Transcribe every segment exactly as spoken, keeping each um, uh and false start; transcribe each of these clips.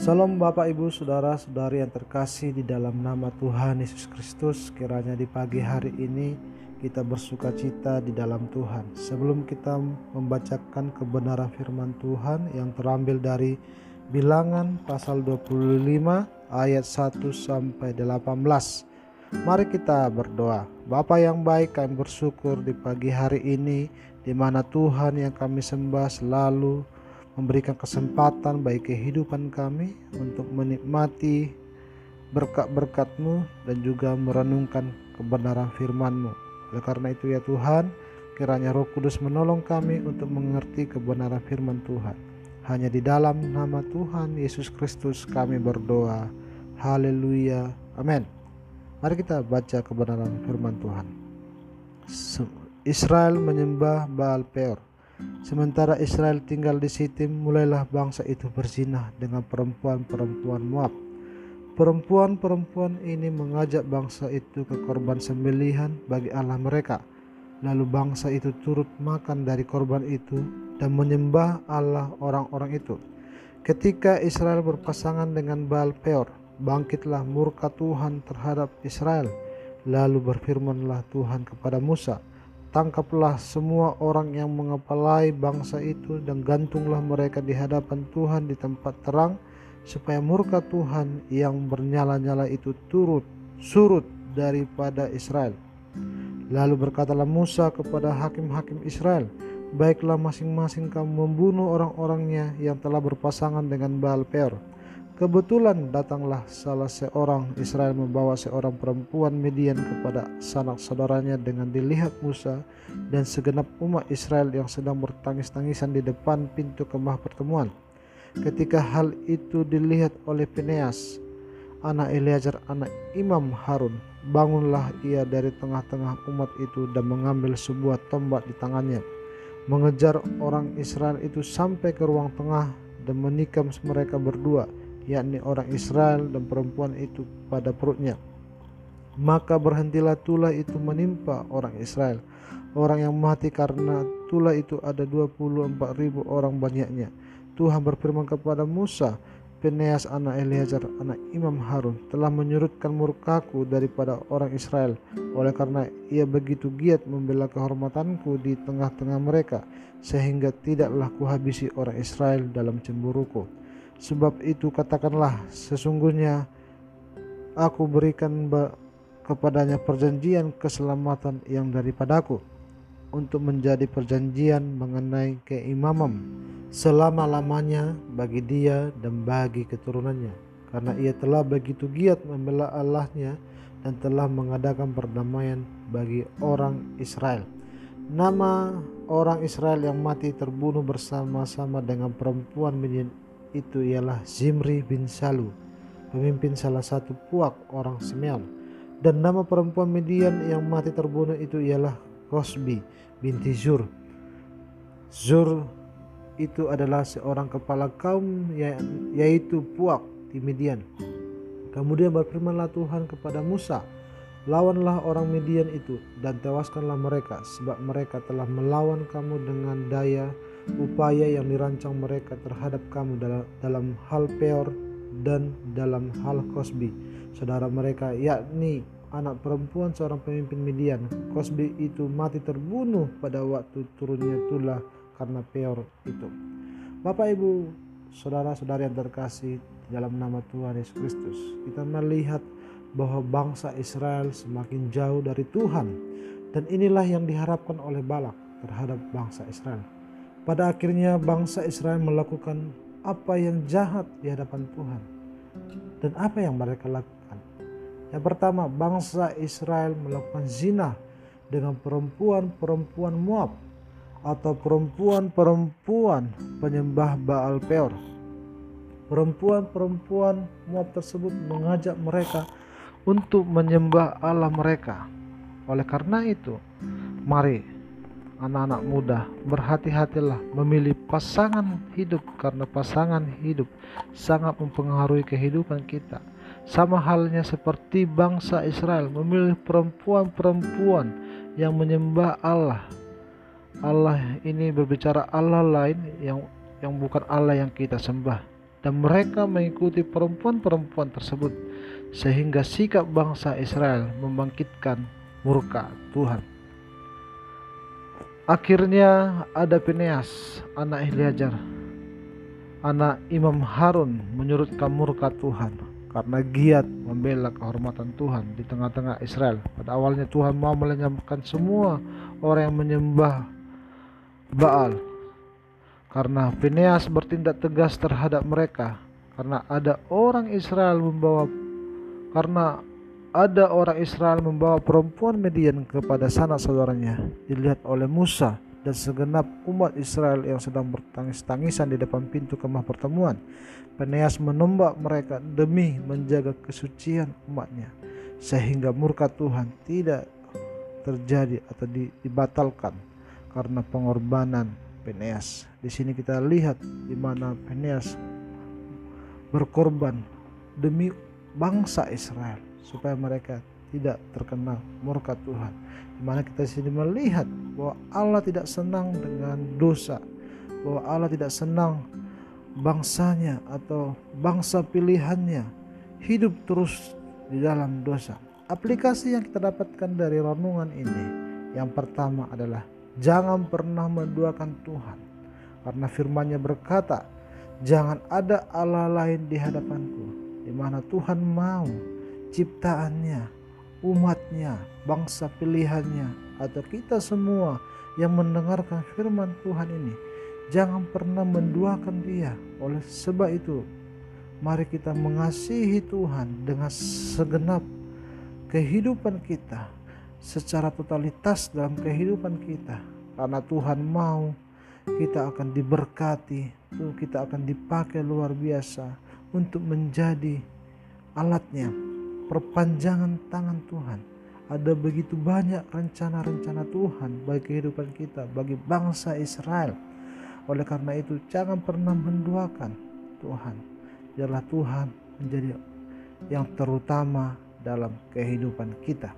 Salam Bapak Ibu Saudara-saudari yang terkasih di dalam nama Tuhan Yesus Kristus. Kiranya di pagi hari ini kita bersuka cita di dalam Tuhan. Sebelum kita membacakan kebenaran firman Tuhan yang terambil dari Bilangan pasal dua puluh lima ayat satu sampai delapan belas. Mari kita berdoa. Bapa yang baik, kami bersyukur di pagi hari ini di mana Tuhan yang kami sembah selalu memberikan kesempatan bagi kehidupan kami untuk menikmati berkat-berkat-Mu dan juga merenungkan kebenaran firman-Mu. Oleh karena itu ya Tuhan, kiranya Roh Kudus menolong kami untuk mengerti kebenaran firman Tuhan. Hanya di dalam nama Tuhan Yesus Kristus kami berdoa. Haleluya. Amin. Mari kita baca kebenaran firman Tuhan. Israel menyembah Baal Peor. Sementara Israel tinggal di Sitim, mulailah bangsa itu berzina dengan perempuan-perempuan Moab. Perempuan-perempuan ini mengajak bangsa itu ke korban sembelihan bagi Allah mereka. Lalu bangsa itu turut makan dari korban itu dan menyembah Allah orang-orang itu. Ketika Israel berpasangan dengan Baal Peor, bangkitlah murka Tuhan terhadap Israel. Lalu berfirmanlah Tuhan kepada Musa, tangkaplah semua orang yang mengepalai bangsa itu dan gantunglah mereka di hadapan Tuhan di tempat terang, supaya murka Tuhan yang bernyala-nyala itu turut surut daripada Israel. Lalu berkatalah Musa kepada hakim-hakim Israel, baiklah masing-masing kamu membunuh orang-orangnya yang telah berpasangan dengan Baal Peor. Kebetulan datanglah salah seorang Israel membawa seorang perempuan Midian kepada sanak saudaranya dengan dilihat Musa dan segenap umat Israel yang sedang bertangis-tangisan di depan pintu kemah pertemuan. Ketika hal itu dilihat oleh Fineas, anak Eleazar, anak Imam Harun, bangunlah ia dari tengah-tengah umat itu dan mengambil sebuah tombak di tangannya, mengejar orang Israel itu sampai ke ruang tengah dan menikam mereka berdua, yakni orang Israel dan perempuan itu pada perutnya. Maka berhentilah tulah itu menimpa orang Israel. Orang yang mati karena tulah itu ada dua puluh empat ribu orang banyaknya. Tuhan berfirman kepada Musa, Fineas anak Eleazar anak Imam Harun telah menyurutkan murkaku daripada orang Israel, oleh karena ia begitu giat membela kehormatanku di tengah-tengah mereka, sehingga tidaklah kuhabisi orang Israel dalam cemburuku. Sebab itu katakanlah, sesungguhnya aku berikan kepadanya perjanjian keselamatan yang daripadaku, untuk menjadi perjanjian mengenai keimaman selama-lamanya bagi dia dan bagi keturunannya, karena ia telah begitu giat membela Allahnya dan telah mengadakan perdamaian bagi orang Israel. Nama orang Israel yang mati terbunuh bersama-sama dengan perempuan Midian itu ialah Zimri bin Salu, pemimpin salah satu puak orang Simeon. Dan nama perempuan Midian yang mati terbunuh itu ialah Kosbi binti Zur. Zur itu adalah seorang kepala kaum, yaitu puak di Midian. Kemudian berfirmanlah Tuhan kepada Musa, lawanlah orang Midian itu dan tewaskanlah mereka, sebab mereka telah melawan kamu dengan daya upaya yang dirancang mereka terhadap kamu dalam, dalam hal Peor dan dalam hal Kosbi, saudara mereka, yakni anak perempuan seorang pemimpin Midian. Kosbi itu mati terbunuh pada waktu turunnya tulah karena Peor itu. Bapak Ibu saudara-saudari yang terkasih dalam nama Tuhan Yesus Kristus, kita melihat bahwa bangsa Israel semakin jauh dari Tuhan, dan inilah yang diharapkan oleh Balak terhadap bangsa Israel. Pada akhirnya bangsa Israel melakukan apa yang jahat di hadapan Tuhan. Dan apa yang mereka lakukan? Yang pertama, bangsa Israel melakukan zina dengan perempuan-perempuan Moab atau perempuan-perempuan penyembah Baal Peor. Perempuan-perempuan Moab tersebut mengajak mereka untuk menyembah Allah mereka. Oleh karena itu, mari anak-anak muda, berhati-hatilah memilih pasangan hidup, karena pasangan hidup sangat mempengaruhi kehidupan kita. Sama halnya seperti bangsa Israel memilih perempuan-perempuan yang menyembah Allah. Allah ini berbicara Allah lain yang yang bukan Allah yang kita sembah. dan mereka mengikuti perempuan-perempuan tersebut, sehingga sikap bangsa Israel membangkitkan murka Tuhan. Akhirnya ada Fineas, anak Eleazar, anak Imam Harun, menyurutkan murka Tuhan karena giat membela kehormatan Tuhan di tengah-tengah Israel. Pada awalnya Tuhan mau melenyapkan semua orang yang menyembah Baal, karena Fineas bertindak tegas terhadap mereka, karena ada orang Israel membawa karena ada orang Israel membawa perempuan Midian kepada sanak saudaranya. Dilihat oleh Musa dan segenap umat Israel yang sedang bertangis-tangisan di depan pintu kemah pertemuan. Fineas menembak mereka demi menjaga kesucian umatnya, sehingga murka Tuhan tidak terjadi atau dibatalkan karena pengorbanan Fineas. Di sini kita lihat di mana Fineas berkorban demi bangsa Israel supaya mereka tidak terkena murka Tuhan. Di mana kita di sini melihat bahwa Allah tidak senang dengan dosa, bahwa Allah tidak senang bangsanya atau bangsa pilihannya hidup terus di dalam dosa. Aplikasi yang kita dapatkan dari renungan ini, yang pertama adalah jangan pernah menduakan Tuhan, karena firman-Nya berkata, jangan ada Allah lain di hadapanku. Di mana Tuhan mau ciptaannya, umatnya, bangsa pilihannya, atau kita semua yang mendengarkan firman Tuhan ini, jangan pernah menduakan Dia. Oleh sebab itu, mari kita mengasihi Tuhan dengan segenap kehidupan kita, secara totalitas dalam kehidupan kita, karena Tuhan mau kita akan diberkati, kita akan dipakai luar biasa untuk menjadi alatnya, perpanjangan tangan Tuhan. Ada begitu banyak rencana-rencana Tuhan bagi kehidupan kita, bagi bangsa Israel. Oleh karena itu, jangan pernah menduakan Tuhan. Biarlah Tuhan menjadi yang terutama dalam kehidupan kita.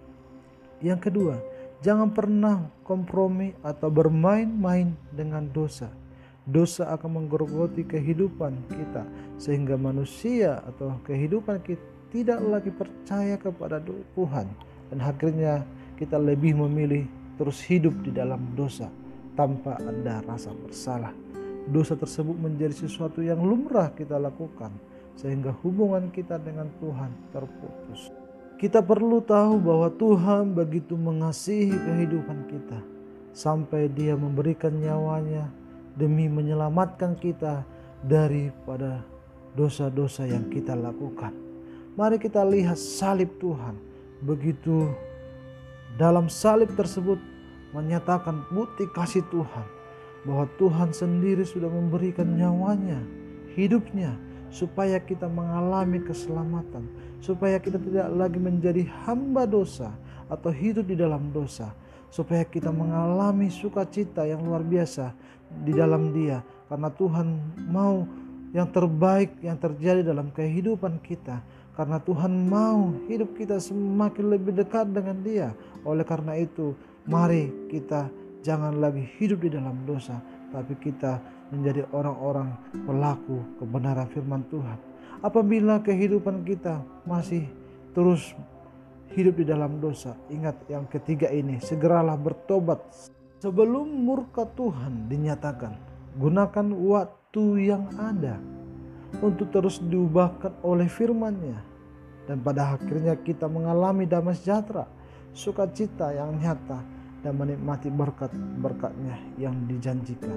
Yang kedua, jangan pernah kompromi atau bermain-main dengan dosa. Dosa akan menggerogoti kehidupan kita, sehingga manusia atau kehidupan kita tidak lagi percaya kepada Tuhan, dan akhirnya kita lebih memilih terus hidup di dalam dosa tanpa ada rasa bersalah. Dosa tersebut menjadi sesuatu yang lumrah kita lakukan, sehingga hubungan kita dengan Tuhan terputus. Kita perlu tahu bahwa Tuhan begitu mengasihi kehidupan kita sampai Dia memberikan nyawanya demi menyelamatkan kita daripada dosa-dosa yang kita lakukan. Mari kita lihat salib Tuhan. Begitu dalam salib tersebut menyatakan bukti kasih Tuhan, bahwa Tuhan sendiri sudah memberikan nyawanya, hidupnya, supaya kita mengalami keselamatan, supaya kita tidak lagi menjadi hamba dosa atau hidup di dalam dosa, supaya kita mengalami sukacita yang luar biasa di dalam Dia, karena Tuhan mau yang terbaik yang terjadi dalam kehidupan kita, karena Tuhan mau hidup kita semakin lebih dekat dengan Dia. Oleh karena itu, mari kita jangan lagi hidup di dalam dosa, tapi kita menjadi orang-orang pelaku kebenaran firman Tuhan. Apabila kehidupan kita masih terus hidup di dalam dosa, ingat yang ketiga ini, segeralah bertobat sebelum murka Tuhan dinyatakan. Gunakan waktu yang ada untuk terus diubahkan oleh firman-Nya, dan pada akhirnya kita mengalami damai sejahtera, sukacita yang nyata, dan menikmati berkat-berkat-Nya yang dijanjikan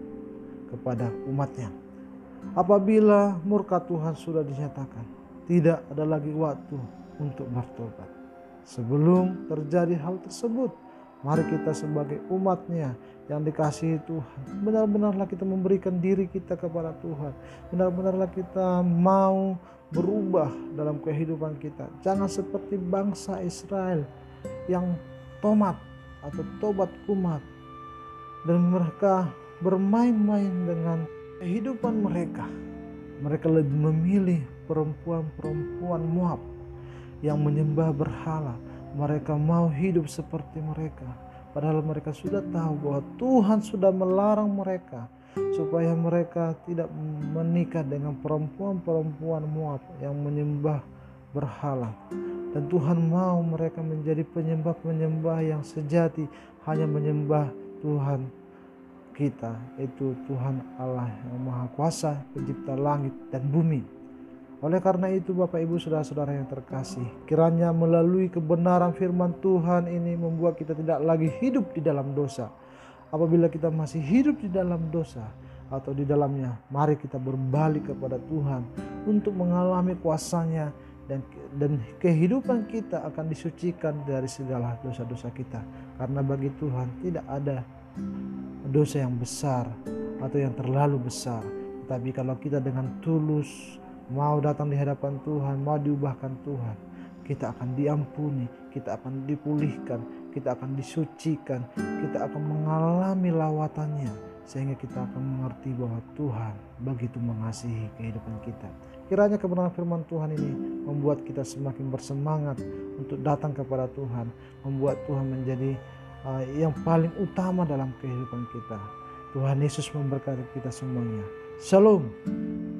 kepada umat-Nya. Apabila murka Tuhan sudah dinyatakan, tidak ada lagi waktu untuk bertobat. Sebelum terjadi hal tersebut, mari kita sebagai umat-Nya yang dikasihi Tuhan, benar-benarlah kita memberikan diri kita kepada Tuhan. Benar-benarlah kita mau berubah dalam kehidupan kita. Jangan seperti bangsa Israel yang tomat atau tobat kumat, dan mereka bermain-main dengan kehidupan mereka. Mereka lebih memilih perempuan-perempuan Moab yang menyembah berhala. Mereka mau hidup seperti mereka, padahal mereka sudah tahu bahwa Tuhan sudah melarang mereka supaya mereka tidak menikah dengan perempuan-perempuan Moab yang menyembah berhala. Dan Tuhan mau mereka menjadi penyembah-penyembah yang sejati, hanya menyembah Tuhan kita, itu Tuhan Allah yang Maha Kuasa, pencipta langit dan bumi. Oleh karena itu Bapak Ibu Saudara-saudara yang terkasih, kiranya melalui kebenaran firman Tuhan ini membuat kita tidak lagi hidup di dalam dosa. Apabila kita masih hidup di dalam dosa atau di dalamnya, mari kita berbalik kepada Tuhan untuk mengalami kuasanya, dan dan kehidupan kita akan disucikan dari segala dosa-dosa kita. Karena bagi Tuhan tidak ada dosa yang besar atau yang terlalu besar. Tapi kalau kita dengan tulus mau datang di hadapan Tuhan, mau diubahkan Tuhan, kita akan diampuni, kita akan dipulihkan, kita akan disucikan, kita akan mengalami lawatannya, sehingga kita akan mengerti bahwa Tuhan begitu mengasihi kehidupan kita. Kiranya kebenaran firman Tuhan ini membuat kita semakin bersemangat untuk datang kepada Tuhan, membuat Tuhan menjadi uh, yang paling utama dalam kehidupan kita. Tuhan Yesus memberkati kita semuanya. Shalom.